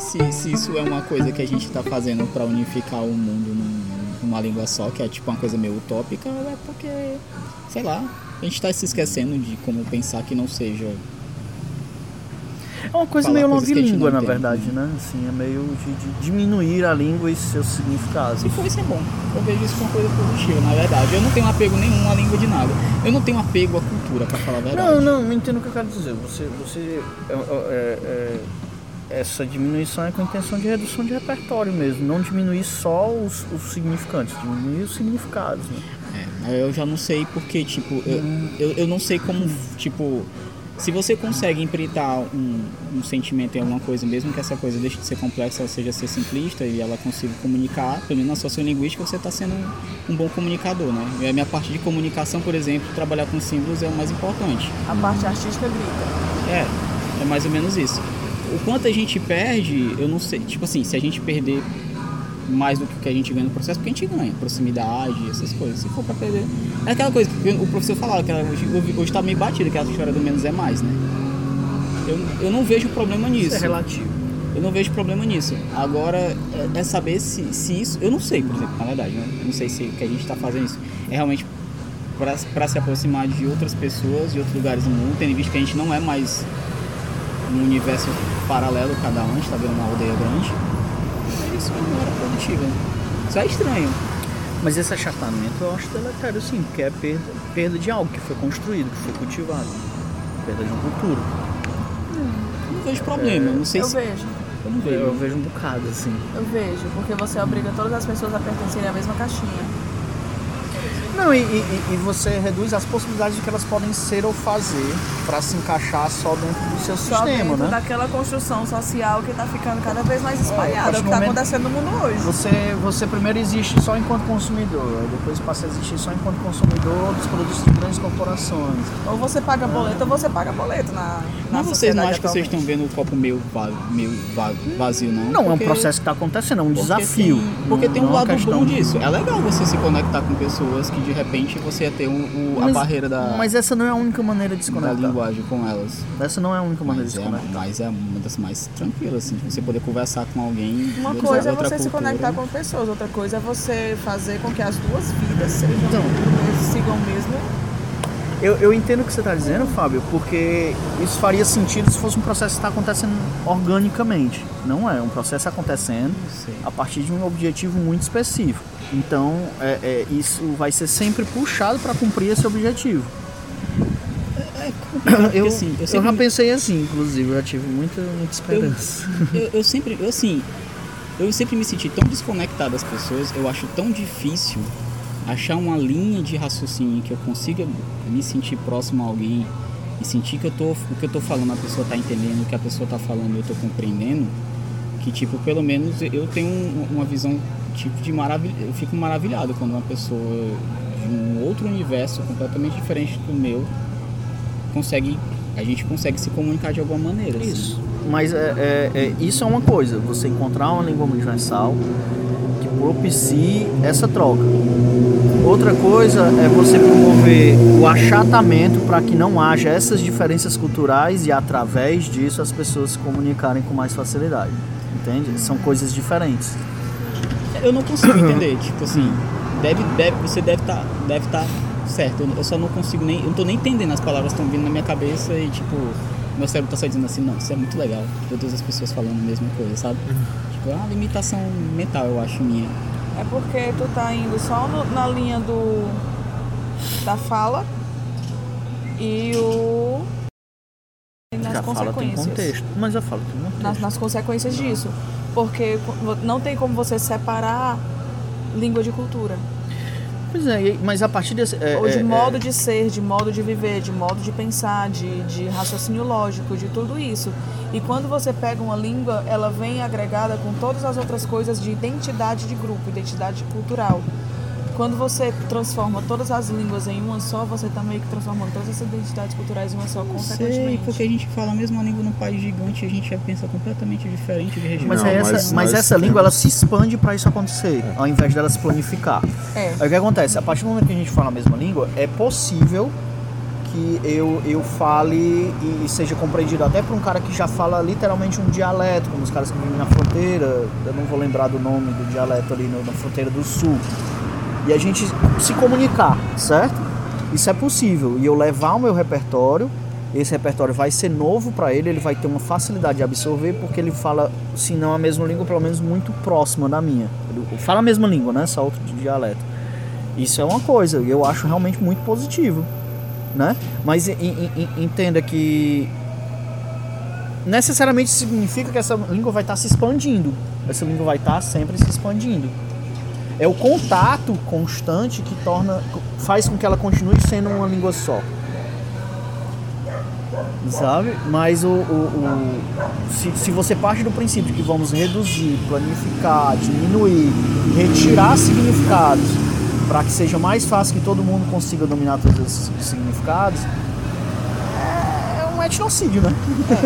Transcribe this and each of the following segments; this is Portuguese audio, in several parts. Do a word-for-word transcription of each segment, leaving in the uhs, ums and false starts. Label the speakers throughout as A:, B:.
A: se, se isso é uma coisa que a gente tá fazendo pra unificar o mundo num, numa língua só, que é tipo uma coisa meio utópica, é porque, sei lá, a gente tá se esquecendo de como pensar que não seja...
B: É uma coisa meio longa-língua, na verdade, né? Assim, é meio de, de diminuir a língua e seus significados.
A: Se for, isso é bom. Eu vejo isso como uma coisa positiva, na verdade. Eu não tenho apego nenhum à língua de nada. Eu não tenho apego à cultura, pra falar a verdade.
B: Não, não, não entendo o que eu quero dizer. Você, você é, é, é, essa diminuição é com a intenção de redução de repertório mesmo. Não diminuir só os, os significantes, diminuir os significados, né?
A: É, eu já não sei porque, tipo, eu, eu, eu não sei como, tipo... Se você consegue imprintar um, um sentimento em alguma coisa, mesmo que essa coisa deixe de ser complexa, ela seja ser simplista e ela consiga comunicar, pelo menos na sociolinguística você está sendo um, um bom comunicador, né? E a minha parte de comunicação, por exemplo, trabalhar com símbolos é o mais importante.
C: A parte artística grita.
A: É, é mais ou menos isso. O quanto a gente perde, eu não sei, tipo assim, se a gente perder mais do que a gente ganha no processo, porque a gente ganha proximidade, essas coisas. Se for pra perder, é aquela coisa que o professor falava, que hoje, hoje tá meio batido, que a história do menos é mais, né? Eu, eu não vejo problema nisso.
B: Isso é relativo.
A: Eu não vejo problema nisso. Agora, é, é saber se, se isso... Eu não sei, por exemplo, na verdade, né? Eu não sei se o que a gente tá fazendo isso é realmente pra, pra se aproximar de outras pessoas, de outros lugares do mundo, tendo visto que a gente não é mais um universo paralelo cada um, a gente tá vendo uma aldeia grande. Isso não era produtivo. Isso é estranho.
B: Mas esse achatamento eu acho deletério, sim, porque é perda, perda de algo que foi construído, que foi cultivado. Perda de uma cultura.
A: Não, não vejo problema. É, não sei
C: eu
A: se...
C: vejo.
A: Eu não vejo.
B: Eu vejo um bocado, assim.
C: Eu vejo, porque você obriga todas as pessoas a pertencerem à mesma caixinha.
B: Não, e, e, e você reduz as possibilidades de que elas podem ser ou fazer para se encaixar só dentro do seu
C: só
B: sistema,
C: dentro
B: né?
C: daquela construção social que está ficando cada vez mais espalhada, é, o que está acontecendo no mundo hoje.
B: Você, você primeiro existe só enquanto consumidor, depois passa a existir só enquanto consumidor dos produtos de grandes corporações.
C: Ou você paga boleto, ou você paga boleto na, na
A: Mas vocês não acham
C: atualmente.
A: que vocês estão vendo o copo meio, va- meio va- vazio, não?
B: Não,
A: porque...
B: é um processo que está acontecendo, é um desafio.
A: Tem, porque
B: não,
A: tem um
B: não
A: lado
B: questão...
A: bom disso. É legal você se conectar com pessoas que de repente você ia ter um, o,
B: mas,
A: a barreira da...
B: Mas essa não é a única maneira de se conectar.
A: Da linguagem com elas.
B: Essa não é a única maneira
A: mas
B: de se
A: é,
B: conectar.
A: Mas é uma das mais tranquilas, assim, de você poder conversar com alguém.
C: Uma
A: de
C: coisa é
A: outra
C: você
A: cultura.
C: se conectar com pessoas, outra coisa é você fazer com que as duas vidas sejam,
B: Então,
C: sigam o mesmo.
B: Eu, eu entendo o que você está dizendo, Fábio, porque isso faria sentido se fosse um processo que está acontecendo organicamente. Não é, é um processo acontecendo a partir de um objetivo muito específico. Então, é, é, isso vai ser sempre puxado para cumprir esse objetivo.
A: É, é
B: eu,
A: assim, eu,
B: eu
A: sempre...
B: já pensei assim, inclusive, eu já tive muita, muita esperança.
A: Eu, eu, eu sempre, eu, assim, eu sempre me senti tão desconectado das pessoas, eu acho tão difícil achar uma linha de raciocínio que eu consiga me sentir próximo a alguém e sentir que eu tô, o que eu tô falando a pessoa tá entendendo, o que a pessoa tá falando eu tô compreendendo, que tipo, pelo menos eu tenho uma visão tipo de maravilha, eu fico maravilhado quando uma pessoa de um outro universo completamente diferente do meu consegue, a gente consegue se comunicar de alguma maneira.
B: Isso,
A: assim.
B: mas é, é, é, isso é uma coisa, você encontrar uma língua universal que propicie essa troca. Outra coisa é você promover o achatamento para que não haja essas diferenças culturais e através disso as pessoas se comunicarem com mais facilidade, entende? São coisas diferentes.
A: Eu não consigo entender, tipo assim, deve, deve, você deve estar tá, deve tá certo, eu só não consigo nem, eu não tô nem entendendo, as palavras estão vindo na minha cabeça e tipo, meu cérebro tá só dizendo assim, não, isso é muito legal, todas as pessoas falando a mesma coisa, sabe? Tipo, é uma limitação mental, eu acho, minha.
C: É porque tu tá indo só no, na linha do da fala e o e nas
B: a
C: consequências.
B: Fala tem contexto, mas a fala tem contexto.
C: Nas, nas consequências disso. Porque não tem como você separar língua de cultura.
B: Pois é, mas a partir desse... É,
C: Ou de
B: é,
C: modo
B: é...
C: de ser, de modo de viver, de modo de pensar, de, de raciocínio lógico, de tudo isso. E quando você pega uma língua, ela vem agregada com todas as outras coisas de identidade de grupo, identidade cultural. Quando você transforma todas as línguas em uma só, você está meio que transformando todas essas identidades culturais em uma só, consequentemente.
A: Sei, porque a gente fala a mesma língua num país gigante, a gente já pensa completamente diferente de região.
B: Mas,
D: Não,
B: é essa,
D: mas,
B: mas
D: mas
B: essa língua, ela se expande para isso acontecer, é. ao invés dela se planificar.
C: É.
B: Aí o que acontece? A partir do momento que a gente fala a mesma língua, é possível que eu, eu fale e seja compreendido até por um cara que já fala literalmente um dialeto, como os caras que vivem na fronteira, eu não vou lembrar do nome do dialeto ali no, na fronteira do sul. E a gente se comunicar, certo? Isso é possível. E eu levar o meu repertório, esse repertório vai ser novo para ele, ele vai ter uma facilidade de absorver, porque ele fala, se não a mesma língua, pelo menos muito próxima da minha. Ele fala a mesma língua, né? Só outro dialeto. Isso é uma coisa, e eu acho realmente muito positivo, né? Mas in, in, entenda que necessariamente significa que essa língua vai estar se expandindo. Essa língua vai estar sempre se expandindo. É o contato constante que torna, faz com que ela continue sendo uma língua só. Sabe? Mas o, o, o se, se você parte do princípio que vamos reduzir, planificar, diminuir, retirar significados para que seja mais fácil que todo mundo consiga dominar todos esses significados, é, é um etnocídio, né?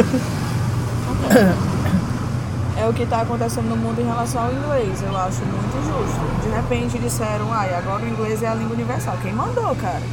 C: É. É o que está acontecendo no mundo em relação ao inglês, eu acho muito justo. De repente disseram, ai, agora o inglês é a língua universal. Quem mandou, cara?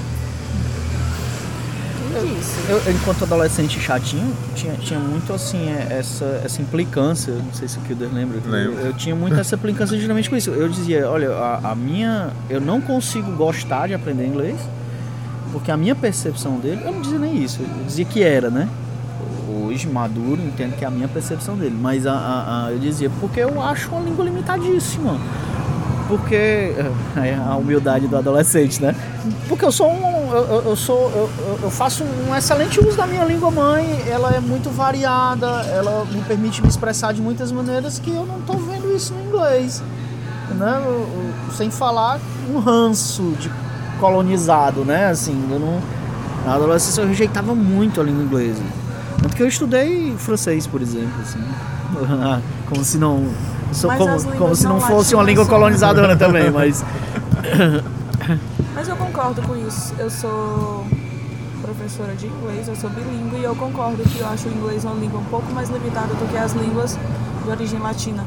C: Quem disse?
B: Eu, eu, enquanto adolescente chatinho, tinha, tinha muito assim, essa, essa implicância, não sei se o Kilder lembra, eu, eu tinha muito essa implicância justamente com isso. Eu dizia, olha, a, a minha, eu não consigo gostar de aprender inglês, porque a minha percepção dele, eu não dizia nem isso, eu dizia que era, né? Hoje, maduro, entendo que é a minha percepção dele, mas a, a, a, eu dizia, porque eu acho uma língua limitadíssima, porque é a humildade do adolescente, né? Porque eu sou um, eu, eu sou, eu, eu faço um excelente uso da minha língua mãe, ela é muito variada, ela me permite me expressar de muitas maneiras que eu não estou vendo isso no inglês, né? Eu, eu, sem falar um ranço de colonizado, né? Assim, eu não, na adolescência eu rejeitava muito a língua inglesa. Tanto que eu estudei francês, por exemplo, assim, como se não, sou, como, como se não fosse uma língua colonizadora também, mas...
C: Mas eu concordo com isso, eu sou professora de inglês, eu sou bilíngue e eu concordo que eu acho o inglês uma língua um pouco mais limitada do que as línguas de origem latina.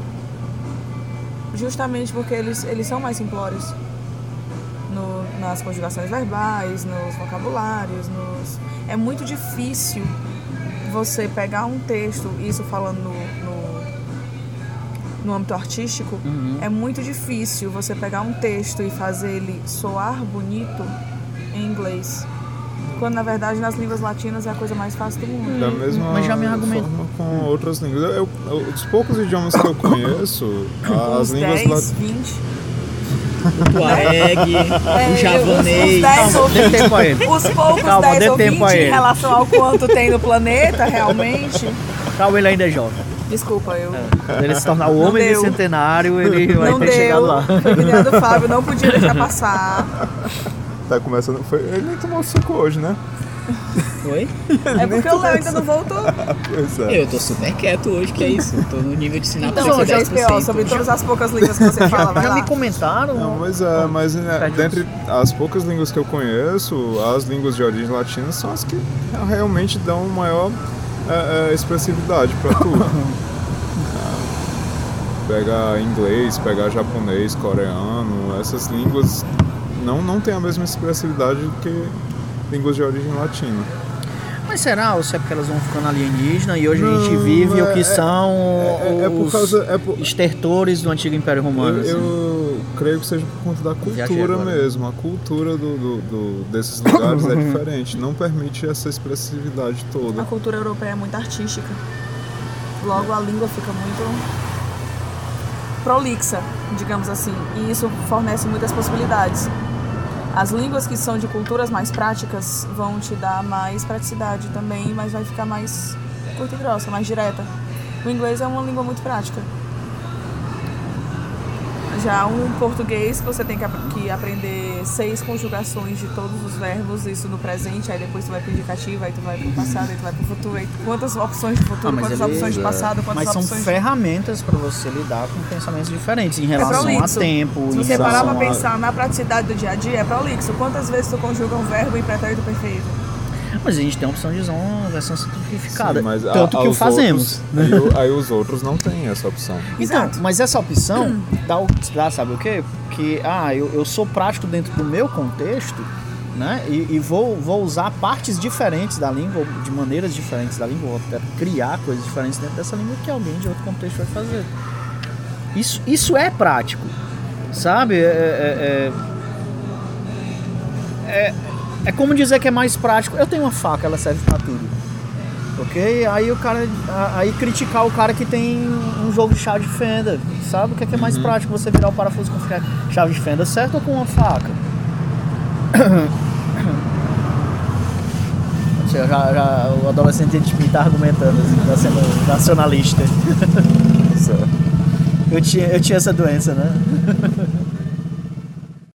C: Justamente porque eles, eles são mais simplórios no, nas conjugações verbais, nos vocabulários, nos... É muito difícil você pegar um texto, isso falando no, no, no âmbito artístico,
B: uhum.
C: É muito difícil você pegar um texto e fazer ele soar bonito em inglês. Quando, na verdade, nas línguas latinas é a coisa mais fácil do mundo.
D: Da mesma
B: Mas já me argumento...
D: forma com outras línguas. Eu, eu, os poucos idiomas que eu conheço, as
C: uns
D: línguas...
C: dez,
D: lat...
C: vinte...
A: O tuareg,
C: É,
A: o javanês.
C: Os dez ou
B: Dê tempo a ele.
C: Os poucos
B: Calma,
C: dez
B: dê
C: ou
B: tempo a
C: vinte em
B: ele.
C: relação ao quanto tem no planeta, realmente.
B: Calma, ele ainda é jovem.
C: Desculpa, eu...
B: Quando ele se tornar o
C: Não
B: homem
C: deu.
B: bicentenário, ele vai
C: Não
B: ter
C: deu.
B: chegado lá.
C: Foi que nem a do Fábio, não podia deixar passar.
D: Tá começando... Foi... Ele nem tomou suco hoje, né?
A: Oi?
C: É porque o Léo ainda não voltou.
D: Pois é.
A: Eu tô super quieto hoje, que é isso. Eu tô no nível de sinapse
C: Então,
A: de
C: já
A: dez por cento.
C: sobre todas as poucas línguas que você fala, vai
B: Já
C: lá.
B: me comentaram.
D: Não, mas, é, mas né,
B: Pede
D: dentre as poucas línguas que eu conheço, as línguas de origem latina são as que realmente dão maior é, é, expressividade para tudo. É, pegar inglês, pegar japonês, coreano, essas línguas não, não têm a mesma expressividade que línguas de origem latina.
B: Mas será? Ou se é porque elas vão ficando alienígenas e hoje
D: Não,
B: a gente vive
D: é,
B: o que
D: é,
B: são
D: é, é por
B: os
D: causa- é por-
B: estertores do antigo Império Romano.
D: Eu,
B: assim.
D: eu creio que seja por conta da
B: Viajei
D: cultura
B: agora.
D: mesmo. A cultura do, do- do- desses lugares é diferente. Não permite essa expressividade
C: A
D: toda.
C: cultura europeia é muito artística. Logo, a língua fica muito prolixa, digamos assim. E isso fornece muitas possibilidades. As línguas que são de culturas mais práticas vão te dar mais praticidade também, mas vai ficar mais curta e grossa, mais direta. O inglês é uma língua muito prática. Já um português que você tem que, ap- que aprender seis conjugações de todos os verbos, isso no presente, aí depois tu vai pro indicativo, aí tu vai pro passado, aí tu vai pro futuro, aí quantas opções de futuro,
B: Ah, mas
C: quantas
B: ele-
C: opções de passado, quantas
B: Mas são
C: opções de...
B: ferramentas para você lidar com pensamentos diferentes em relação a
C: prolixo.
B: tempo,
C: Se
B: em
C: você parar
B: relação
C: pra
B: a...
C: pensar na praticidade do dia a dia, é prolixo. Quantas vezes tu conjuga um verbo em pretérito perfeito?
B: Mas a gente tem a opção de usar uma versão simplificada,
D: Sim, mas a-
B: tanto que o
D: aos
B: fazemos.
D: outros- aí, o- aí os outros não têm essa opção.
B: Então,
C: Exato.
B: mas essa opção dá, o- dá sabe o quê? Que ah, eu, eu sou prático dentro do meu contexto, né? E, e vou, vou usar partes diferentes da língua, de maneiras diferentes da língua, vou até criar coisas diferentes dentro dessa língua que alguém de outro contexto vai fazer. Isso, isso é prático, sabe? É, é, é, é, é como dizer que é mais prático. Eu tenho uma faca, ela serve pra tudo, ok? Aí o cara, aí criticar o cara que tem um jogo de chave de fenda, sabe? O que é, que é mais uhum. prático? Você virar o parafuso com chave de fenda certo ou com uma faca? Já, já, o adolescente de mim tá argumentando, assim, tá sendo nacionalista. Eu tinha, eu tinha essa doença, né?